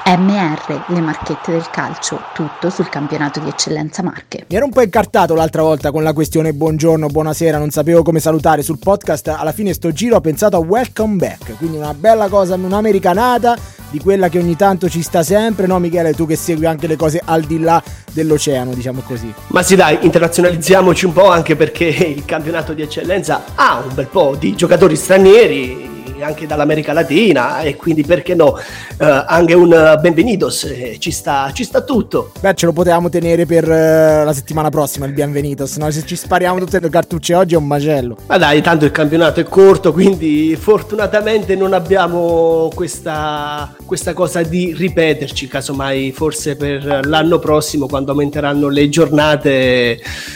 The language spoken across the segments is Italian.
MR, le marchette del calcio, tutto sul campionato di eccellenza Marche. Mi ero un po' incartato l'altra volta con la questione buongiorno, buonasera, non sapevo come salutare sul podcast. Alla fine sto giro ho pensato a welcome back, quindi una bella cosa, un'americanata di quella che ogni tanto ci sta sempre, no Michele, tu che segui anche le cose al di là dell'oceano, diciamo così. Ma sì dai, internazionalizziamoci un po', anche perché il campionato di eccellenza ha un bel po' di giocatori stranieri anche dall'America Latina, e quindi perché no, anche un Benvenidos, ci sta tutto. Beh, ce lo potevamo tenere per la settimana prossima il Benvenidos, no? Se ci spariamo tutte le cartucce oggi è un macello. Ma dai, tanto il campionato è corto, quindi fortunatamente non abbiamo questa cosa di ripeterci, casomai forse per l'anno prossimo, quando aumenteranno le giornate,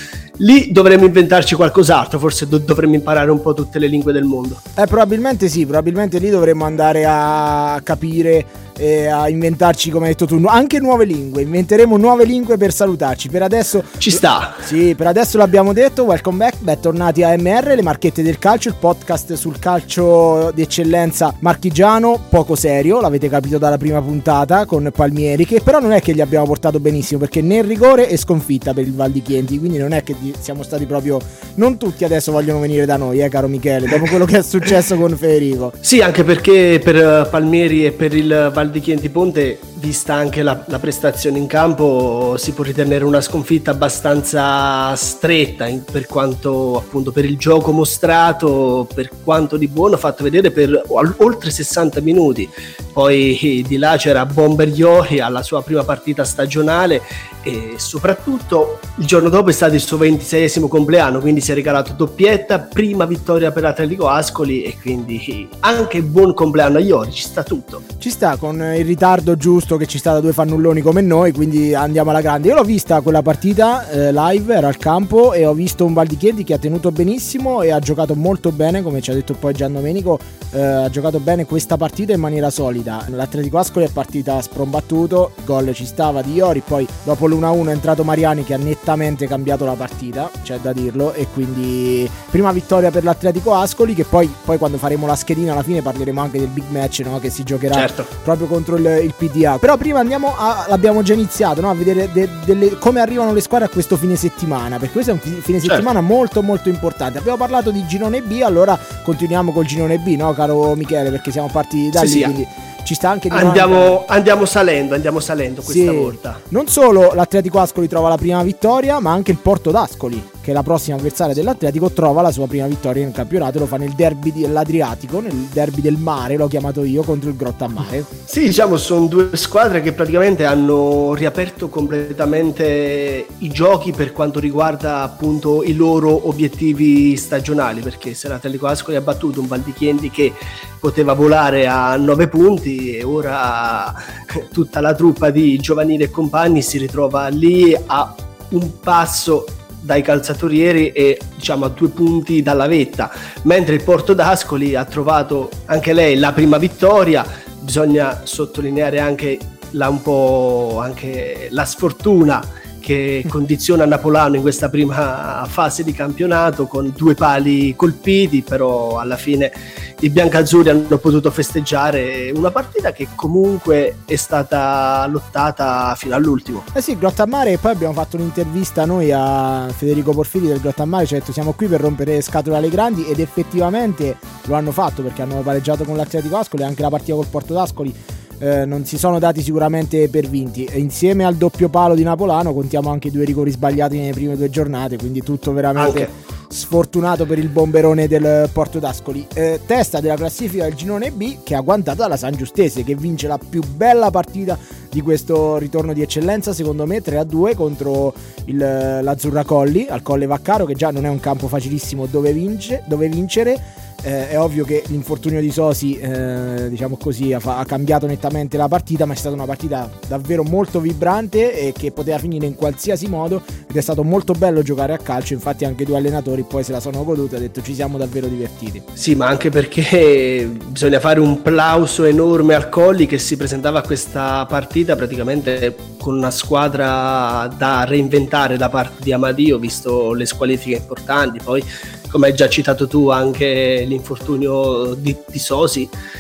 lì dovremmo inventarci qualcos'altro, forse dovremmo imparare un po' tutte le lingue del mondo. Probabilmente sì, probabilmente lì dovremmo andare a capire e a inventarci, come hai detto tu, anche nuove lingue. Inventeremo nuove lingue per salutarci. Per adesso ci sta. Sì, per adesso l'abbiamo detto. Welcome back, bentornati a MR, le marchette del calcio, il podcast sul calcio di eccellenza marchigiano, poco serio, l'avete capito dalla prima puntata con Palmieri, che però non è che gli abbiamo portato benissimo, perché nel rigore è sconfitta per il Val di Chieti, quindi non è che siamo stati proprio, non tutti adesso vogliono venire da noi, caro Michele, dopo quello che è successo con Federico. Sì, anche perché per Palmieri e per il Val di Chieti Ponte, vista anche la prestazione in campo, si può ritenere una sconfitta abbastanza stretta, per quanto appunto per il gioco mostrato, per quanto di buono fatto vedere per oltre 60 minuti. Poi di là c'era Bomber Iori alla sua prima partita stagionale, e soprattutto il giorno dopo è stato il suo 26esimo compleanno, quindi si è regalato doppietta, prima vittoria per l'Atletico Ascoli, e quindi anche buon compleanno a Iori, ci sta tutto. Ci sta, con il ritardo giusto che ci sta da due fannulloni come noi, quindi andiamo alla grande. Io l'ho vista quella partita live, ero al campo e ho visto un Val di Chieti che ha tenuto benissimo e ha giocato molto bene, come ci ha detto poi Gian Domenico, ha giocato bene questa partita in maniera solida. L'Atletico Ascoli è partita sprombattuto, il gol ci stava di Iori, poi dopo l'1-1 è entrato Mariani che ha nettamente cambiato la partita, c'è da dirlo, e quindi prima vittoria per l'Atletico Ascoli, che poi quando faremo la schedina alla fine parleremo anche del big match, no? Che si giocherà certo proprio contro il PDA. Però prima l'abbiamo già iniziato, no? A vedere come arrivano le squadre a questo fine settimana, perché questo è un fine settimana molto molto importante. Abbiamo parlato di girone B, allora continuiamo col girone B, no caro Michele, perché siamo partiti da lì, sì. Quindi ci sta anche di andiamo salendo questa volta. Non solo l'Atletico Ascoli trova la prima vittoria, ma anche il Porto d'Ascoli, che è la prossima avversaria dell'Atletico, trova la sua prima vittoria in campionato. Lo fa nel derby dell'Adriatico, nel derby del mare, l'ho chiamato io, contro il Grottammare. Sì, diciamo sono due squadre che praticamente hanno riaperto completamente i giochi per quanto riguarda appunto i loro obiettivi stagionali, perché se l'Atletico Ascoli ha battuto un Val di Chieti che poteva volare a 9 punti, e ora tutta la truppa di giovanili e compagni si ritrova lì a un passo dai calzatorieri e diciamo a 2 punti dalla vetta, mentre il Porto d'Ascoli ha trovato anche lei la prima vittoria. Bisogna sottolineare anche anche la sfortuna che condiziona Napolano in questa prima fase di campionato, con 2 pali colpiti, però alla fine i biancazzurri hanno potuto festeggiare una partita che comunque è stata lottata fino all'ultimo. Sì, Grottammare, e poi abbiamo fatto un'intervista noi a Federico Porfiri del Grottammare, ci ha detto siamo qui per rompere scatole alle grandi, ed effettivamente lo hanno fatto, perché hanno pareggiato con l'Atletico Ascoli, anche la partita col Porto d'Ascoli non si sono dati sicuramente per vinti. Insieme al doppio palo di Napolano contiamo anche 2 rigori sbagliati nelle prime 2 giornate, quindi tutto veramente sfortunato per il bomberone del Porto d'Ascoli. Testa della classifica del girone B, che ha agguantato dalla San Giustese, che vince la più bella partita di questo ritorno di eccellenza, secondo me, 3-2 contro l'Azzurra Colli al Colle Vaccaro, che già non è un campo facilissimo dove vincere. È ovvio che l'infortunio di Sosi diciamo così ha cambiato nettamente la partita, ma è stata una partita davvero molto vibrante e che poteva finire in qualsiasi modo, ed è stato molto bello giocare a calcio. Infatti anche 2 allenatori poi se la sono goduta, ha detto ci siamo davvero divertiti. Sì, ma anche perché bisogna fare un plauso enorme al Colli, che si presentava a questa partita praticamente con una squadra da reinventare da parte di Amadio, visto le squalifiche importanti. Poi, come hai già citato tu, anche l'infortunio di Sosi,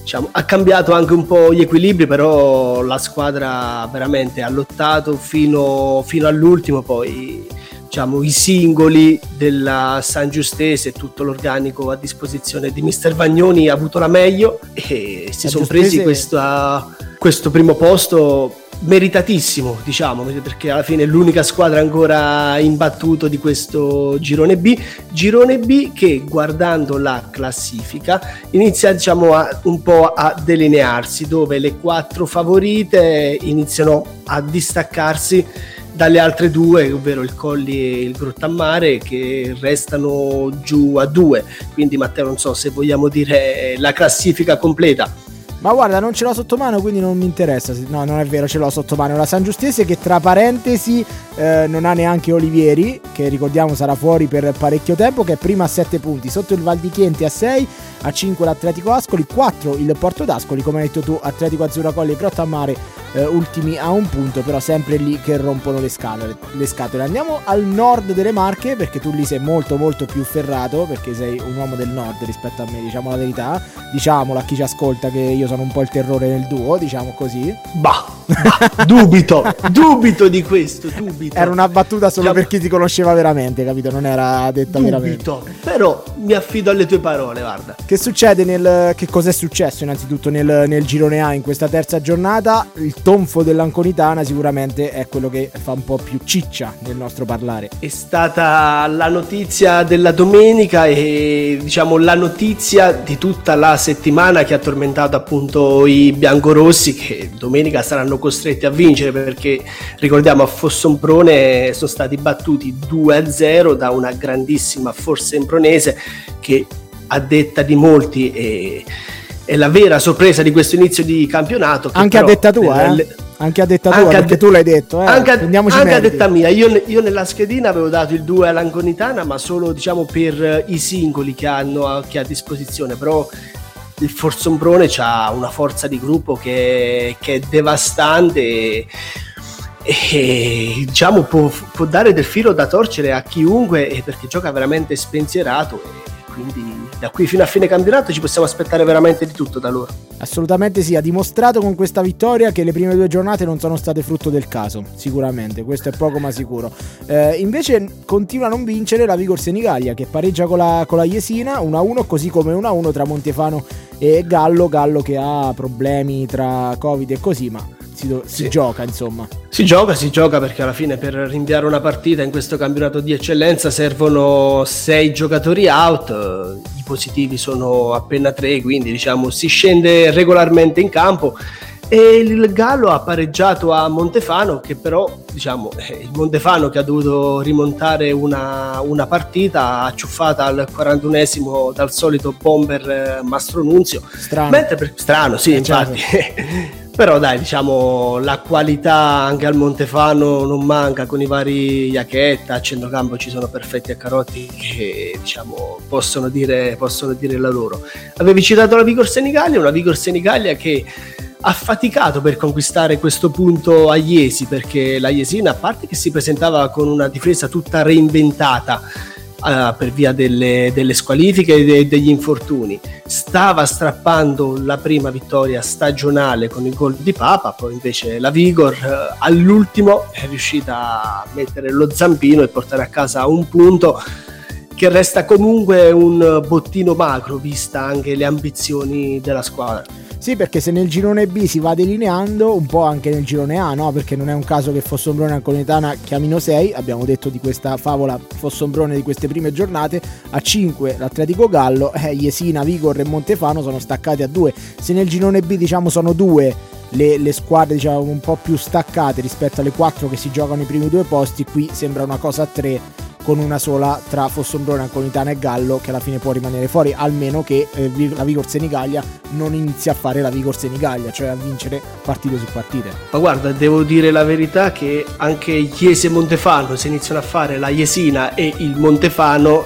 diciamo, ha cambiato anche un po' gli equilibri, però la squadra veramente ha lottato fino all'ultimo. Poi diciamo, i singoli della San Giustese e tutto l'organico a disposizione di mister Vagnoni ha avuto la meglio e si sono presi questo primo posto meritatissimo, diciamo, perché alla fine è l'unica squadra ancora imbattuto di questo girone B che, guardando la classifica, inizia, diciamo, un po' a delinearsi, dove le 4 favorite iniziano a distaccarsi dalle altre 2, ovvero il Colli e il Grottammare, che restano giù a 2. Quindi Matteo, non so se vogliamo dire la classifica completa. Ma guarda, non ce l'ho sotto mano, quindi non mi interessa. No, non è vero, ce l'ho sotto mano. La San Giustese, che tra parentesi non ha neanche Olivieri, che ricordiamo sarà fuori per parecchio tempo, che è prima a 7 punti, sotto il Val di Chienti a 6, a 5 l'Atletico Ascoli, 4 il Porto d'Ascoli, come hai detto tu, Atletico Azzurra Colli e Grottammare ultimi a 1 punto, però sempre lì che rompono le scatole. Andiamo al nord delle Marche, perché tu lì sei molto molto più ferrato, perché sei un uomo del nord rispetto a me, diciamo la verità, diciamolo a chi ci ascolta che io sono un po' il terrore nel duo, diciamo così. Dubito di questo, dubito. Era una battuta solo per chi ti conosceva veramente, capito? Non era detta veramente. Però mi affido alle tue parole, guarda. Che succede che cosa è successo innanzitutto nel girone A in questa terza giornata? Il tonfo dell'Anconitana sicuramente è quello che fa un po' più ciccia nel nostro parlare. È stata la notizia della domenica e, diciamo, la notizia di tutta la settimana che ha tormentato appunto i biancorossi, che domenica saranno costretti a vincere, perché ricordiamo a Fossombrone sono stati battuti 2-0 da una grandissima Fossembronese che, a detta di molti, è la vera sorpresa di questo inizio di campionato. Anche a detta tua, anche a detta tua, perché tu l'hai detto, anche a detta mia. Io nella schedina avevo dato il 2 all'Anconitana, ma solo, diciamo, per i singoli che ha a disposizione, però il Fossombrone ha una forza di gruppo che è devastante e diciamo può dare del filo da torcere a chiunque, perché gioca veramente spensierato, e quindi da qui fino a fine campionato ci possiamo aspettare veramente di tutto da loro. Assolutamente sì, ha dimostrato con questa vittoria che le prime 2 giornate non sono state frutto del caso, sicuramente, questo è poco ma sicuro. Invece continua a non vincere la Vigor Senigallia, che pareggia con la Jesina 1-1, così come 1-1 tra Montefano e Gallo che ha problemi tra Covid e così, ma si gioca, insomma. Si gioca perché alla fine, per rinviare una partita in questo campionato di eccellenza, servono 6 giocatori out, i positivi sono appena 3, quindi diciamo si scende regolarmente in campo. E il Gallo ha pareggiato a Montefano, che però, diciamo, il Montefano che ha dovuto rimontare una partita acciuffata al 41esimo dal solito bomber Mastronunzio. Strano, sì, infatti. Però dai, diciamo, la qualità anche al Montefano non manca, con i vari Iachetta, a centrocampo ci sono Perfetti e Carotti che, diciamo, possono dire la loro. Avevi citato la Vigor Senigallia, una Vigor Senigallia che ha faticato per conquistare questo punto a Iesi, perché la Jesina, a parte che si presentava con una difesa tutta reinventata per via delle squalifiche e degli infortuni, stava strappando la prima vittoria stagionale con il gol di Papa, poi invece la Vigor all'ultimo è riuscita a mettere lo zampino e portare a casa un punto che resta comunque un bottino magro, vista anche le ambizioni della squadra. Sì, perché se nel girone B si va delineando, un po' anche nel girone A, no? Perché non è un caso che Fossombrone e Anconitana chiamino 6, abbiamo detto di questa favola Fossombrone di queste prime giornate, a 5 l'Atletico Gallo, Jesina, Vigor e Montefano sono staccati a 2. Se nel girone B, diciamo, sono 2 le squadre, diciamo, un po' più staccate rispetto alle 4 che si giocano i primi 2 posti, qui sembra una cosa a 3, con una sola tra Fossombrone, Anconitana e Gallo, che alla fine può rimanere fuori, almeno che la Vigor Senigallia non inizi a fare la Vigor Senigallia, cioè a vincere partite su partite. Ma guarda, devo dire la verità che anche Iesi e Montefano, se iniziano a fare la Jesina e il Montefano,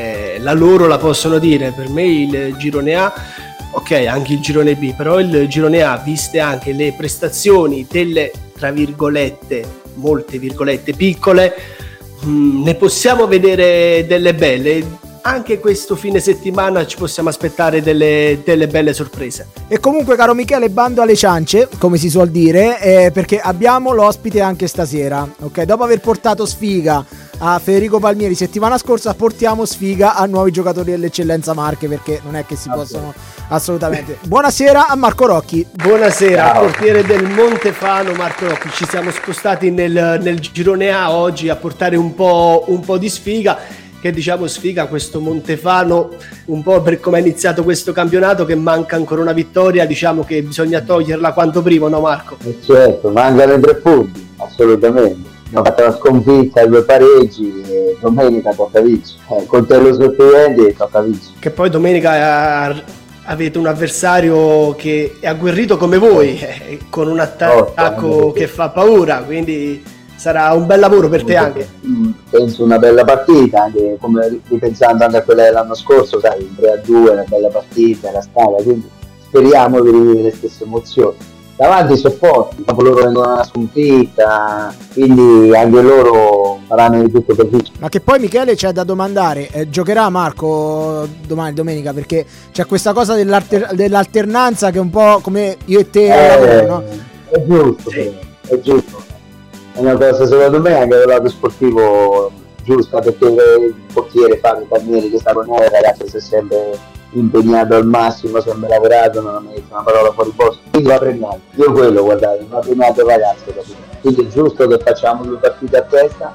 la loro la possono dire. Per me il girone A, ok, anche il girone B, però il girone A, viste anche le prestazioni delle, tra virgolette, molte virgolette piccole, ne possiamo vedere delle belle. anche questo fine settimana ci possiamo aspettare delle belle sorprese. E comunque, caro Michele, bando alle ciance, come si suol dire, perché abbiamo l'ospite anche stasera, ok? Dopo aver portato sfiga a Federico Palmieri settimana scorsa, portiamo sfiga a nuovi giocatori dell'Eccellenza Marche, perché non è che si possono assolutamente. Buonasera a Marco Rocchi. Buonasera, al portiere del Montefano Marco Rocchi. Ci siamo spostati nel girone A oggi a portare un po' di sfiga, che diciamo sfiga questo Montefano un po' per come è iniziato questo campionato, che manca ancora una vittoria, diciamo che bisogna toglierla quanto prima, no Marco? Certo, mancano i 3 punti, assolutamente. Abbiamo fatto una sconfitta, 2 pareggi e domenica tocca vincere. Coltello sotto i denti e tocca vincere. Che poi domenica avete un avversario che è agguerrito come voi, con un attacco che fa paura, quindi sarà un bel lavoro per te anche. Penso una bella partita, anche come ripensando anche a quella dell'anno scorso, sai, 3-2, una bella partita, era stata, quindi speriamo di rivivere le stesse emozioni. Davanti sono forti, dopo loro vengono una sconfitta, quindi anche loro faranno di tutto per vincere. Ma che poi, Michele, c'è da domandare, giocherà Marco domenica, perché c'è questa cosa dell'alternanza che è un po' come io e te no? È giusto, sì. È giusto, è una cosa secondo me anche dal lato sportivo giusta, perché il portiere Fabio Palmieri che sta con noi, ragazzi, si è sempre impegnato al massimo, sempre lavorato, non ha mai detto una parola fuori posto, quindi va premiato. Io quello, guardate, va premiato il ragazzo, capito? Quindi è giusto che facciamo 2 partite a testa,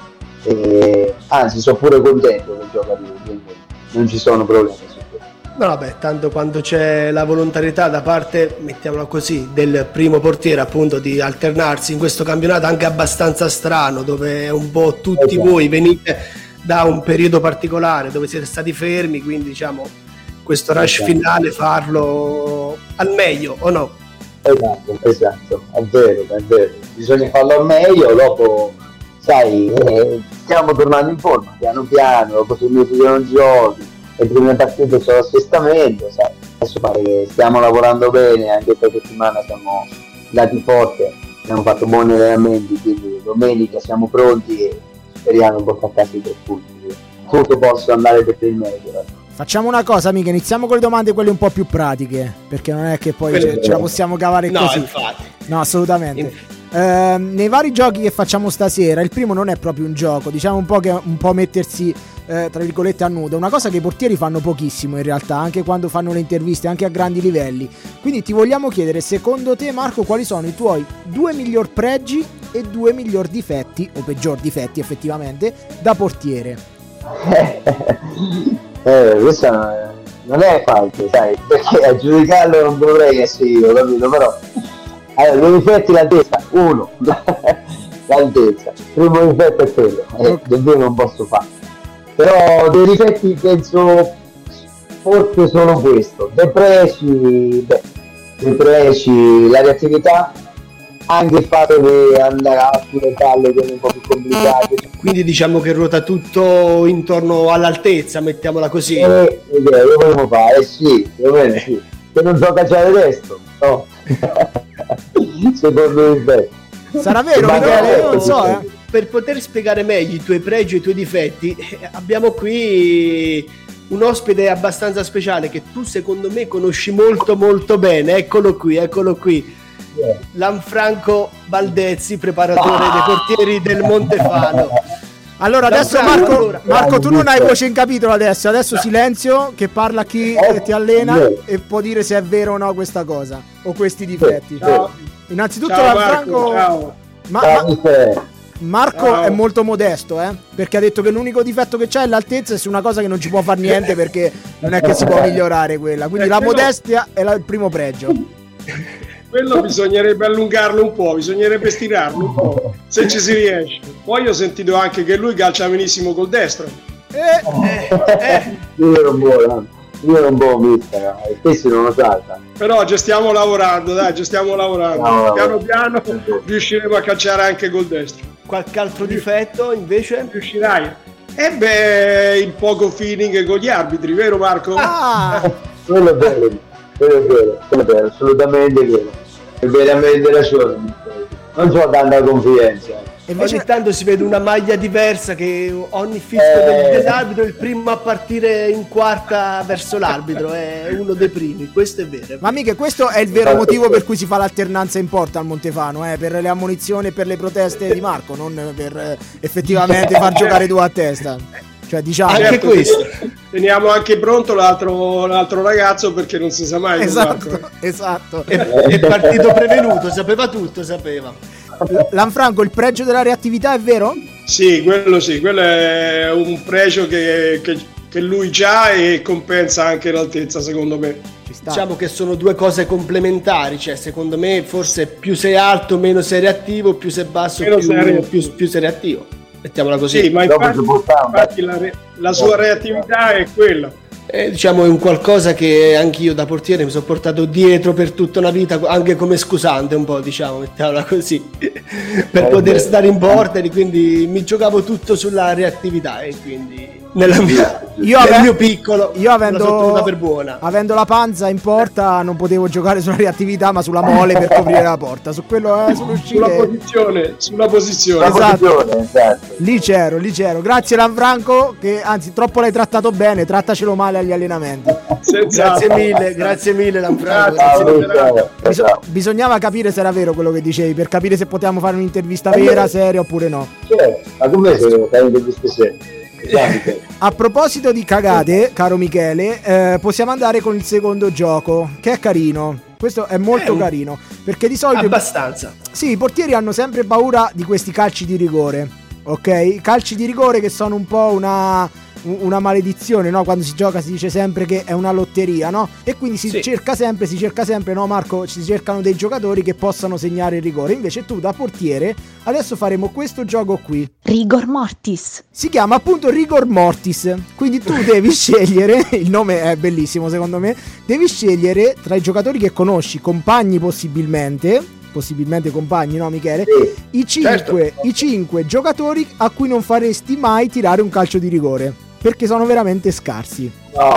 e anzi sono pure contento che gioca lui, quindi non ci sono problemi su questo. No, vabbè, tanto quando c'è la volontarietà da parte, mettiamola così, del primo portiere, appunto, di alternarsi in questo campionato anche abbastanza strano, dove un po' tutti voi venite da un periodo particolare dove siete stati fermi, quindi diciamo questo rush finale farlo al meglio, o no? Esatto, è vero, bisogna farlo al meglio, dopo sai, stiamo tornando in forma piano piano, dopo 6 mesi che non giochi, le prime partite sono assestamento, sai, adesso pare che stiamo lavorando bene, anche questa settimana siamo andati forte, abbiamo fatto buoni allenamenti, quindi domenica siamo pronti e speriamo di portare a casa i 3 punti, tutto possa andare per il meglio. Facciamo una cosa, amica, iniziamo con le domande quelle un po' più pratiche, perché non è che poi ce la possiamo cavare così. Infatti. No, assolutamente. Nei vari giochi che facciamo stasera, il primo non è proprio un gioco, diciamo un po' che è un po' mettersi tra virgolette a nudo, una cosa che i portieri fanno pochissimo in realtà, anche quando fanno le interviste, anche a grandi livelli. Quindi ti vogliamo chiedere, secondo te Marco, quali sono i tuoi 2 miglior pregi e 2 miglior difetti, o peggior difetti effettivamente, da portiere? Questo non è facile, sai, perché a giudicarlo non dovrei essere io, capito? Però allora, i difetti l'altezza, 1 l'altezza, il primo difetto è quello, davvero non posso fare, però dei difetti penso forse solo questo, dei pregi, la reattività, anche il fatto che andare a alcune palle che sono un po' più complicate. Quindi diciamo che ruota tutto intorno all'altezza, mettiamola così. Io volevo fare, sì, che non so cacciare destro, no. Secondo me sarà vero, Michele, io non so, Per poter spiegare meglio i tuoi pregi e i tuoi difetti, abbiamo qui un ospite abbastanza speciale che tu secondo me conosci molto molto bene. Eccolo qui. Lanfranco Baldezzi, preparatore dei portieri del Montefano. Allora adesso Marco, tu non hai voce in capitolo adesso silenzio, che parla chi ti allena e può dire se è vero o no questa cosa o questi difetti. Innanzitutto ciao, Lanfranco, ciao. Marco è molto modesto, perché ha detto che l'unico difetto che c'è è l'altezza, e su una cosa che non ci può fare niente perché non è che si può migliorare quella, quindi la modestia è il primo pregio. Quello bisognerebbe allungarlo un po', bisognerebbe stirarlo un po', se ci si riesce. Poi ho sentito anche che lui calcia benissimo col destro. Io non può vista, spesso non lo salta. Però ci stiamo lavorando, piano piano riusciremo a calciare anche col destro. Qualche altro difetto invece? Riuscirai? Il poco feeling con gli arbitri, vero Marco? Quello è vero, assolutamente vero. È veramente ragione. Non so tanta confidenza. E invece... Ogni tanto si vede una maglia diversa, che ogni fischio dell'arbitro è il primo a partire in quarta verso l'arbitro, è uno dei primi, questo è vero. Ma mica questo è il vero motivo per cui si fa l'alternanza in porta al Montefano, per le ammonizioni e per le proteste di Marco, non per effettivamente far giocare due a testa. Cioè, diciamo anche questo. Teniamo anche pronto l'altro ragazzo, perché non si sa mai. Esatto. È partito prevenuto, sapeva tutto, sapeva. Lanfranco, il pregio della reattività è vero? Sì, quello è un pregio che lui già, e compensa anche l'altezza, secondo me. Diciamo che sono due cose complementari, cioè secondo me forse più sei alto meno sei reattivo, più sei basso più sei reattivo. Mettiamola così. Sì, ma infatti la sua reattività è quella. Diciamo è un qualcosa che anch'io da portiere mi sono portato dietro per tutta una vita, anche come scusante un po', diciamo, mettiamola così, per poter stare in porta, e quindi mi giocavo tutto sulla reattività, e quindi nel mio piccolo avendo, la sono tenuta per buona. Avendo la panza in porta non potevo giocare sulla reattività, ma sulla mole per coprire la porta. Su quello sono uscito. Sulla posizione. Esatto. Lì c'ero. Grazie Lanfranco, che anzi troppo l'hai trattato bene, trattacelo male agli allenamenti. Grazie mille Lanfranco. Bisognava capire se era vero quello che dicevi, per capire se potevamo fare un'intervista vera, seria oppure no. Ma come se devo fare un'intervista seria? A proposito di cagate, caro Michele, possiamo andare con il secondo gioco, che è carino. Questo è molto carino, perché di solito abbastanza. Sì, i portieri hanno sempre paura di questi calci di rigore, ok? Calci di rigore che sono un po' una maledizione, no? Quando si gioca si dice sempre che è una lotteria, no? E quindi si cerca sempre, no Marco? Si cercano dei giocatori che possano segnare il rigore. Invece tu da portiere adesso faremo questo gioco qui. Rigor mortis. Si chiama appunto Rigor mortis. Quindi tu devi scegliere, il nome è bellissimo secondo me, devi scegliere tra i giocatori che conosci, compagni possibilmente compagni, no Michele? I 5 giocatori a cui non faresti mai tirare un calcio di rigore, perché sono veramente scarsi.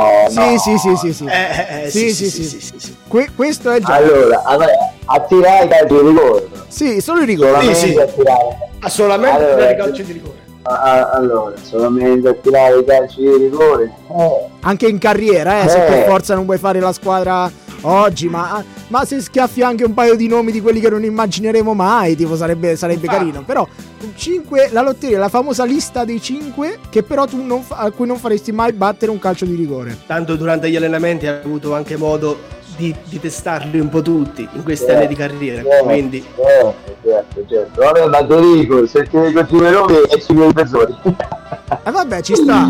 Sì. Questo è già. Allora, attirare i calci di rigore. Sì, solo i rigori. Solamente i calci di rigore. Allora, solamente attirare i calci di rigore. Anche in carriera, se per forza non vuoi fare la squadra oggi, ma se schiaffi anche un paio di nomi di quelli che non immagineremo mai, tipo sarebbe carino. Però 5, la lotteria, la famosa lista dei 5 che però tu a cui non faresti mai battere un calcio di rigore. Tanto durante gli allenamenti hai avuto anche modo di testarli un po' tutti in questi anni di carriera, quindi certo. Vabbè, ma te dico, se ti dico 5 nomi e 5 difensori. Vabbè, ci sta.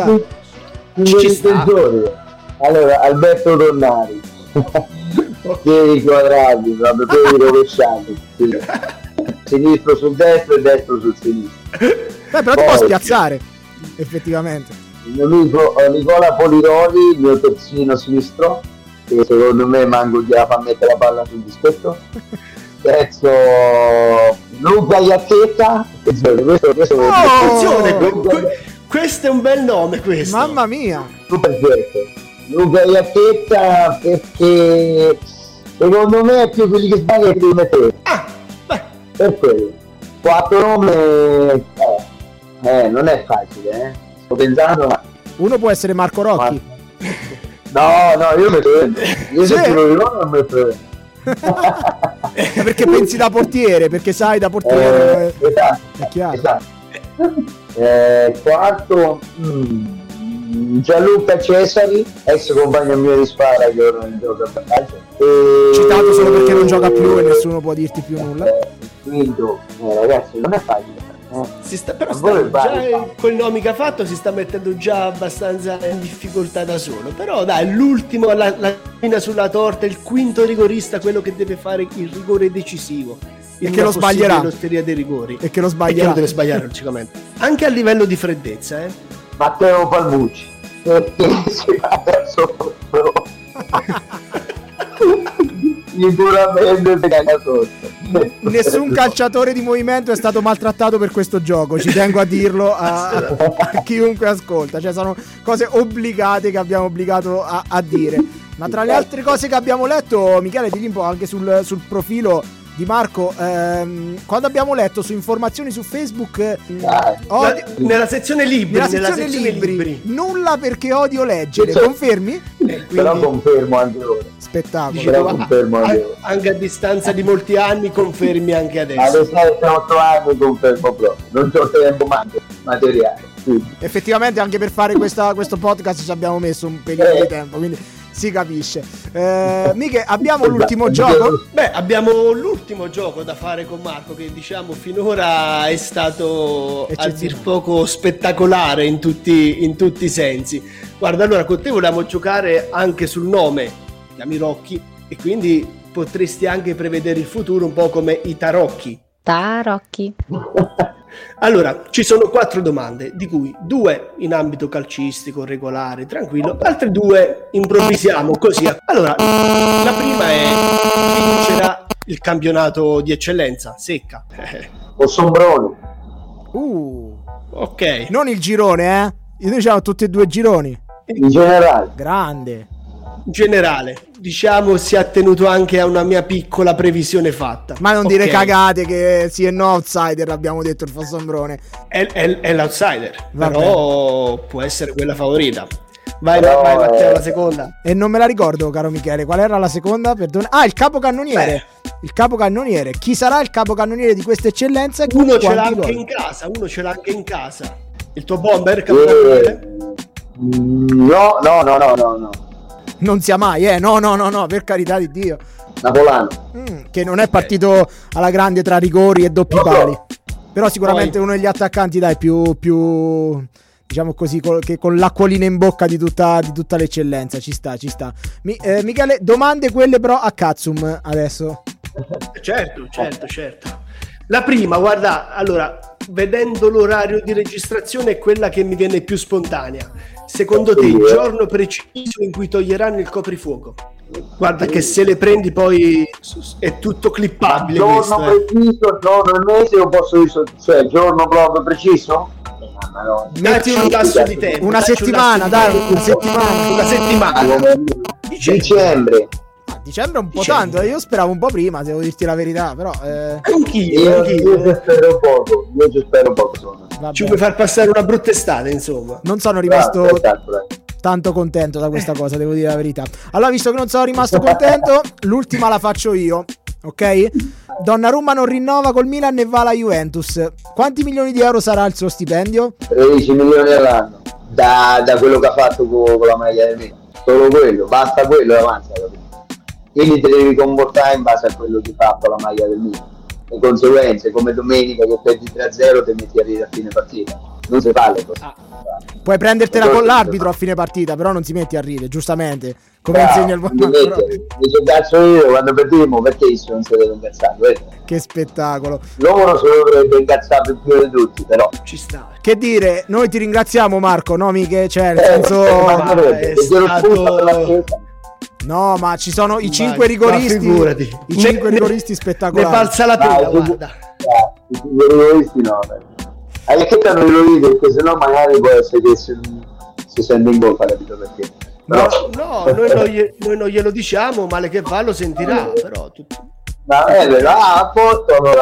Allora, Alberto Tonnari, piedi quadrati, piedi rovesciati, sinistro sul destro e destro sul sinistro. Però ti può spiazzare, effettivamente. Il mio amico Nicola Poliroli, il mio terzino sinistro, che secondo me manco gliela fa mettere la palla sul dischetto. Terzo, Luca Iacchetta. Questo è un bel nome, questo. Mamma mia. Perfetto. Luca Iacchetta, perché secondo me è più quelli che sbagliano che devi mettere. Per quello. 4 nomi, non è facile, sto pensando, ma uno può essere Marco Rocchi. No, io metto io se te lo ricordo non metto perché pensi da portiere, perché sai da portiere è chiaro. Esatto. Quarto, Gianluca Cesari, ex compagno mio di squadra che ora non gioca a calcio, citato solo perché non gioca più e nessuno può dirti più nulla. Quinto, ragazzi, non è facile. Con i nomi che ha fatto si sta mettendo già abbastanza in difficoltà da solo, però dai, l'ultimo, la fina sulla torta, il quinto rigorista, quello che deve fare il rigore decisivo e che lo sbaglierà, l'osteria dei rigori e che lo sbaglierà, non deve sbagliare logicamente anche a livello di freddezza. Matteo Palmucci, perché si va sotto sicuramente si caga sotto. Nessun calciatore di movimento è stato maltrattato per questo gioco, ci tengo a dirlo a chiunque ascolta, cioè sono cose obbligate che abbiamo obbligato a dire. Ma tra le altre cose che abbiamo letto, Michele, digli un po' anche sul profilo di Marco, quando abbiamo letto su informazioni su Facebook nella sezione libri, nulla perché odio leggere, confermi? Però confermo anche ora. Spettacolo. Anche a distanza di molti anni confermi anche adesso. Adesso 8 anni confermo proprio, non c'ho tempo materiale. Quindi. Effettivamente anche per fare questo podcast ci abbiamo messo un periodo di tempo, quindi si capisce. Miche, abbiamo l'ultimo gioco? Beh, abbiamo l'ultimo gioco da fare con Marco, che diciamo finora è stato a dir poco spettacolare in tutti i sensi. Guarda, allora con te volevamo giocare anche sul nome, chiami Rocchi, e quindi potresti anche prevedere il futuro un po' come i tarocchi. Tarocchi. Allora, ci sono 4 domande, di cui 2 in ambito calcistico, regolare, tranquillo, altre 2 improvvisiamo così. Allora, la prima è: chi vincerà il campionato di eccellenza? Secca. O Sombrone. Ok. Non il girone, Io diciamo tutti e 2 gironi. In generale. Grande. In generale, diciamo, si è attenuto anche a una mia piccola previsione fatta. Ma non dire cagate che sì e no outsider, abbiamo detto il Fossombrone. È l'outsider, Va però può essere quella favorita. Vai Matteo, la seconda. E non me la ricordo, caro Michele, qual era la seconda? Perdona. Il capocannoniere. Il capocannoniere. Chi sarà il capocannoniere di questa eccellenza? Uno ce l'ha anche in casa. Il tuo bomber capocannoniere? No. Non sia mai, no, per carità di Dio. Napolano. Che non è partito alla grande tra rigori e doppi pali. Però sicuramente uno degli attaccanti, dai, più diciamo così, che con l'acquolina in bocca di tutta l'eccellenza. Ci sta. Michele, domande quelle però a Katsum adesso. Certo. La prima, guarda, allora, vedendo l'orario di registrazione è quella che mi viene più spontanea. Secondo te il giorno preciso in cui toglieranno il coprifuoco? Guarda che se le prendi poi è tutto clippabile. Giorno preciso, giorno e mese, o posso dire, cioè giorno proprio preciso? Dacci un lasso di tempo. Una settimana. Dicembre. Dicembre è un po' tanto, io speravo un po' prima, devo dirti la verità, però anch'io spero poco. Ci vuoi far passare una brutta estate, insomma. Non sono rimasto tanto contento da questa cosa, devo dire la verità. Allora, visto che non sono rimasto contento, l'ultima la faccio io, ok? Donnarumma non rinnova col Milan e va alla Juventus. Quanti milioni di euro sarà il suo stipendio? 13 milioni all'anno, da quello che ha fatto con la maglia del Milan. Solo quello, basta quello e avanza, capito? Quindi te devi comportare in base a quello che fa con la maglia del Milan. Le conseguenze, come domenica che perdi 3-0, ti metti a ridere a fine partita. Non si fa le cose. Puoi prendertela con l'arbitro a fine partita, però non si metti a ridere, giustamente. Come insegna il buon Marco. Dice cazzo io quando perdiamo, perché io non si deve incazzare? Che spettacolo. Loro se lo dovrebbe incazzare più di tutti, però ci sta. Che dire, noi ti ringraziamo Marco, no mica, cioè nel senso no, ma ci sono i 5 rigoristi. I 5 rigoristi spettacolari. Ne balza la pena, guarda. I 5 rigoristi no. Che non lo dico, perché sennò magari può essere che si sente in colpa, capito perché? No, noi non glielo diciamo, male che va lo sentirà, però tutto. A posto, allora,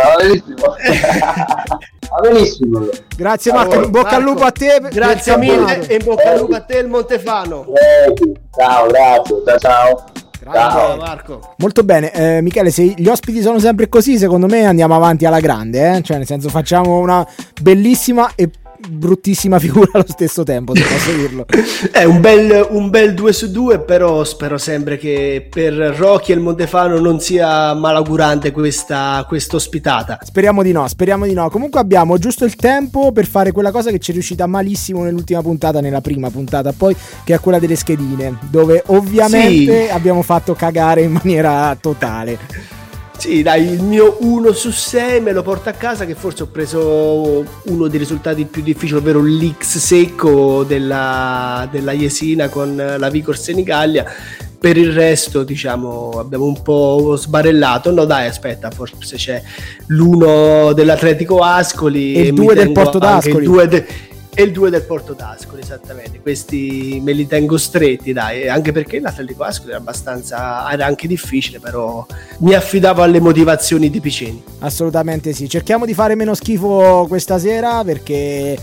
benissimo. Grazie Marco, in bocca al lupo a te. Grazie mille e in bocca al lupo a te il Montefano. Ciao, grazie, ciao. Ciao Marco. Molto bene, Michele, se gli ospiti sono sempre così, secondo me andiamo avanti alla grande, cioè nel senso facciamo una bellissima e bruttissima figura allo stesso tempo, se posso dirlo. È un bel 2 su 2, però spero sempre che per Rocchi e il Montefano non sia malaugurante questa ospitata. Speriamo di no. Comunque abbiamo giusto il tempo per fare quella cosa che ci è riuscita malissimo nella prima puntata, poi, che è quella delle schedine, dove ovviamente abbiamo fatto cagare in maniera totale. Sì, dai, il mio 1 su 6 me lo porto a casa, che forse ho preso uno dei risultati più difficili, ovvero l'X secco della Jesina con la Vicor Senigallia. Per il resto, diciamo, abbiamo un po' sbarellato. No dai, aspetta, forse c'è l'1 dell'Atletico Ascoli e il 2 del Porto d'Ascoli. e il 2 del Porto d'Ascoli, esattamente. Questi me li tengo stretti, dai, anche perché l'Atletico Ascoli era anche difficile, però mi affidavo alle motivazioni di Piceni. Assolutamente sì, cerchiamo di fare meno schifo questa sera, perché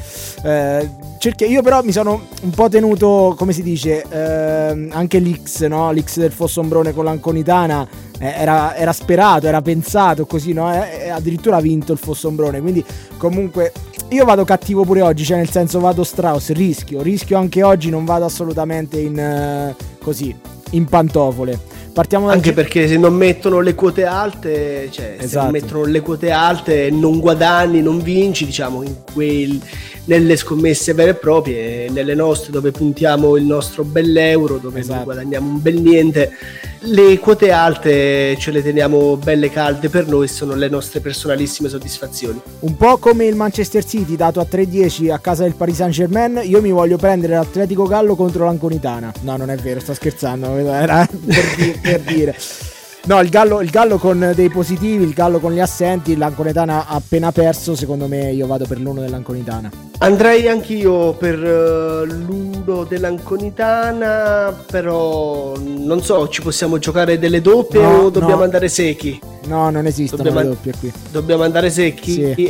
io però mi sono un po' tenuto, come si dice, anche l'X, no? L'X del Fossombrone con l'Anconitana era sperato, era pensato così, no? Addirittura ha vinto il Fossombrone, quindi comunque io vado cattivo pure oggi, cioè nel senso vado Strauss, rischio anche oggi, non vado assolutamente in pantofole. Partiamo anche perché se non mettono le quote alte, cioè se non mettono le quote alte non guadagni, non vinci, diciamo, nelle scommesse vere e proprie, nelle nostre dove puntiamo il nostro bell'euro, dove non guadagniamo un bel niente. Le quote alte ce le teniamo belle calde per noi, sono le nostre personalissime soddisfazioni. Un po' come il Manchester City dato a 3-10 a casa del Paris Saint-Germain, io mi voglio prendere l'Atletico Gallo contro l'Anconitana. No, non è vero, sto scherzando, era per dire. No, il Gallo con dei positivi, il Gallo con gli assenti, l'Anconitana ha appena perso, secondo me io vado per l'1 dell'Anconitana. Andrei anch'io per l'1 dell'Anconitana, però non so, ci possiamo giocare delle doppie o dobbiamo andare secchi? No, non esistono le doppie qui. Dobbiamo andare secchi? Sì.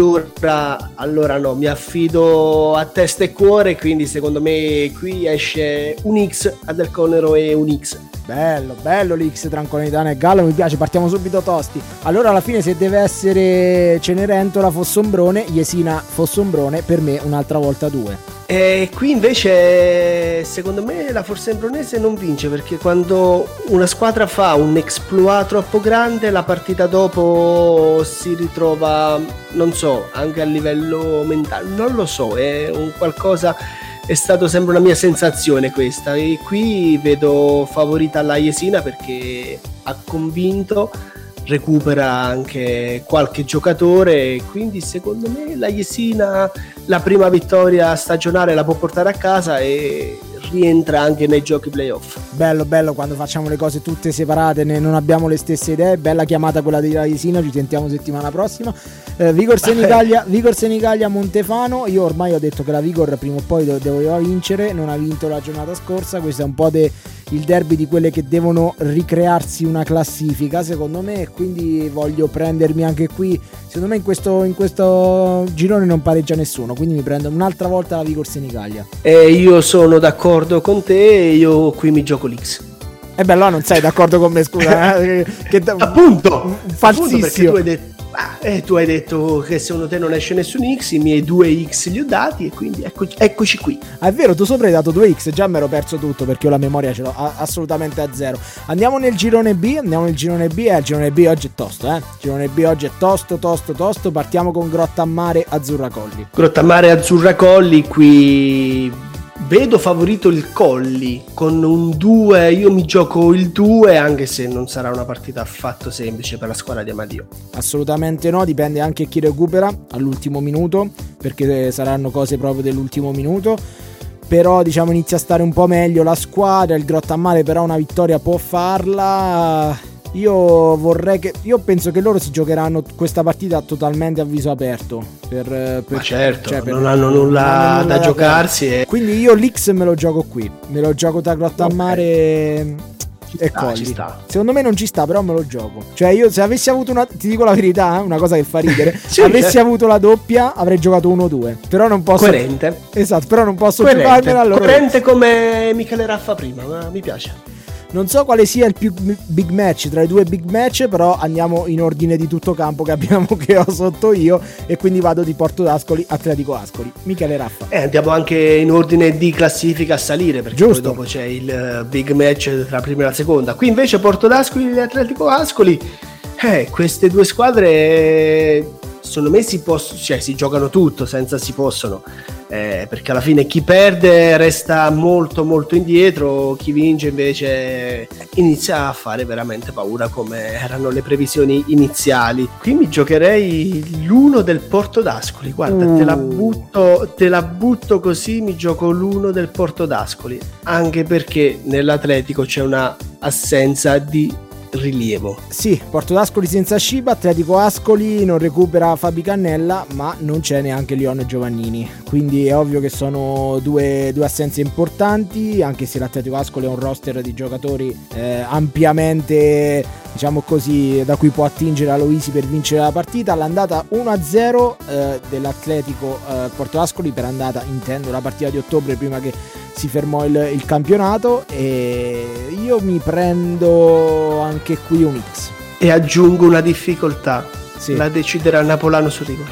Allora no, mi affido a testa e cuore, quindi secondo me qui esce un X a Del Conero e un X. Bello l'X tra Anconitana e Gallo, mi piace, partiamo subito tosti. Allora alla fine se deve essere Cenerentola Fossombrone, Jesina Fossombrone, per me un'altra volta 2. E qui invece secondo me la Fossombrone non vince, perché quando una squadra fa un exploit troppo grande la partita dopo si ritrova, non so, anche a livello mentale, non lo so, è un qualcosa. È stato sempre una mia sensazione questa, e qui vedo favorita la Jesina perché ha convinto, recupera anche qualche giocatore, quindi secondo me la Jesina la prima vittoria stagionale la può portare a casa e rientra anche nei giochi playoff. Bello quando facciamo le cose tutte separate, non abbiamo le stesse idee. Bella chiamata quella della Jesina, ci sentiamo settimana prossima. Vigor Senigallia Montefano. Io ormai ho detto che la Vigor prima o poi doveva vincere, non ha vinto la giornata scorsa. Questo è un po' il derby di quelle che devono ricrearsi una classifica secondo me, e quindi voglio prendermi anche qui. Secondo me in questo girone non pareggia nessuno, quindi mi prendo un'altra volta la Vigor Senigallia. Io sono d'accordo con te, io qui mi gioco l'X. Bello, non sei d'accordo con me, scusa. Appunto, falsissimo. Perché tu hai detto che secondo te non esce nessun X, i miei 2X li ho dati e quindi eccoci qui. È vero, tu sopra hai dato 2X, già mi ero perso tutto perché io la memoria ce l'ho assolutamente a zero. Andiamo nel girone B, il girone B oggi è tosto, Il girone B oggi è tosto, partiamo con Grottammare Azzurra Colli. Grottammare Azzurra Colli, qui vedo favorito il Colli con un 2, io mi gioco il 2, anche se non sarà una partita affatto semplice per la squadra di Amadio. Assolutamente no, dipende anche chi recupera all'ultimo minuto, perché saranno cose proprio dell'ultimo minuto. Però diciamo inizia a stare un po' meglio la squadra, il Grottammare però una vittoria può farla. Io penso che loro si giocheranno questa partita totalmente a viso aperto ma certo, non hanno nulla da giocarsi quindi io l'X me lo gioco qui, me lo gioco tra Grottammare e Colli. Ci sta. Secondo me non ci sta, però me lo gioco. Cioè io se avessi avuto ti dico la verità, una cosa che fa ridere, se avessi avuto la doppia avrei giocato 1-2, però non posso. Coerente. Esatto, però non posso giocarmela. Allora coerente come Michele Raffa prima, ma mi piace. Non so quale sia il più big match tra i due big match, però andiamo in ordine di tutto campo che ho sotto io, e quindi vado di Porto d'Ascoli Atletico Ascoli. Michele Raffa. Andiamo anche in ordine di classifica a salire, perché giusto, poi dopo c'è il big match tra la prima e la seconda. Qui invece Porto d'Ascoli e Atletico Ascoli, queste due squadre secondo me si giocano tutto senza si possono, perché alla fine chi perde resta molto molto indietro, chi vince invece inizia a fare veramente paura come erano le previsioni iniziali. Qui mi giocherei l'1 del Porto d'Ascoli, guarda, te la butto così, mi gioco l'1 del Porto d'Ascoli, anche perché nell'Atletico c'è una assenza di rilievo. Sì, Porto d'Ascoli senza Sciba, Atletico Ascoli non recupera Fabi Cannella, ma non c'è neanche Lione Giovannini, quindi è ovvio che sono due assenze importanti, anche se l'Atletico Ascoli ha un roster di giocatori ampiamente, diciamo così, da cui può attingere Aloisi per vincere la partita. L'andata 1-0 dell'Atletico Porto Ascoli, per andata intendo la partita di ottobre prima che si fermò il campionato, e io mi prendo anche qui un X. E aggiungo una difficoltà, sì. La deciderà Napolano sul rigore.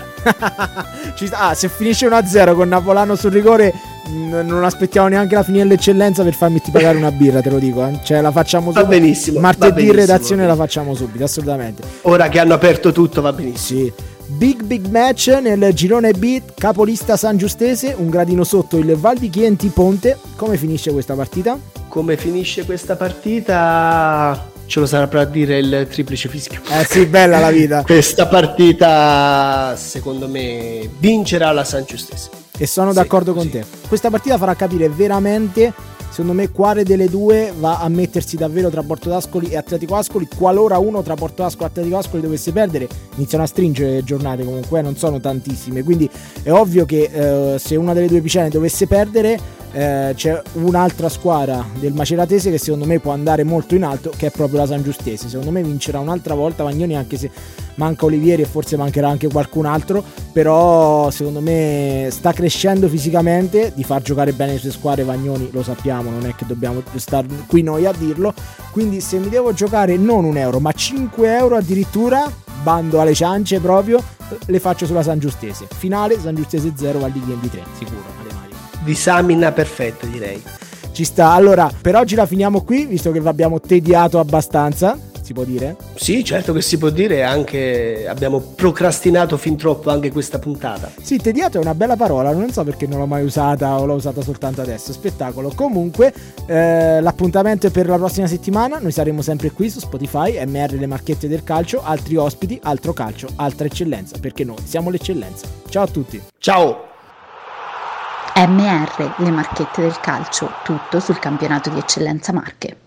Se finisce 1-0 con Napolano sul rigore, non aspettiamo neanche la fine dell'eccellenza per farmi pagare una birra, te lo dico, Cioè la facciamo subito. Va benissimo. Martedì in redazione la facciamo subito, assolutamente. Ora che hanno aperto tutto va benissimo. Sì. Big match nel girone B, capolista San Giustese, un gradino sotto il Val di Chienti Ponte. Come finisce questa partita? Come finisce questa partita? Ce lo saprà dire il triplice fischio. Sì, bella la vita. Questa partita secondo me vincerà la San Giustese. E sono d'accordo con te. Questa partita farà capire veramente, secondo me, quale delle due va a mettersi davvero tra Porto d'Ascoli e Atletico Ascoli. Qualora uno tra Porto d'Ascoli e Atletico Ascoli dovesse perdere, iniziano a stringere le giornate, comunque non sono tantissime, quindi è ovvio che se una delle due vicende dovesse perdere, c'è un'altra squadra del Maceratese che secondo me può andare molto in alto, che è proprio la San Giustese. Secondo me vincerà un'altra volta Vagnoni, anche se manca Olivieri e forse mancherà anche qualcun altro, però secondo me sta crescendo fisicamente. Di far giocare bene le sue squadre Vagnoni lo sappiamo, non è che dobbiamo stare qui noi a dirlo, quindi se mi devo giocare non €1 ma €5 addirittura, bando alle ciance proprio, le faccio sulla San Giustese. Finale San Giustese 0, Val di Chienti 3, sicuro. Disamina perfetta, direi. Ci sta. Allora, per oggi la finiamo qui, visto che vi abbiamo tediato abbastanza, si può dire? Sì, certo che si può dire, anche abbiamo procrastinato fin troppo anche questa puntata. Sì, tediato è una bella parola, non so perché non l'ho mai usata o l'ho usata soltanto adesso. Spettacolo. Comunque, l'appuntamento è per la prossima settimana. Noi saremo sempre qui su Spotify, MR le marchette del calcio, altri ospiti, altro calcio, altra eccellenza, perché noi siamo l'eccellenza. Ciao a tutti. Ciao. MR, le marchette del calcio, tutto sul campionato di eccellenza Marche.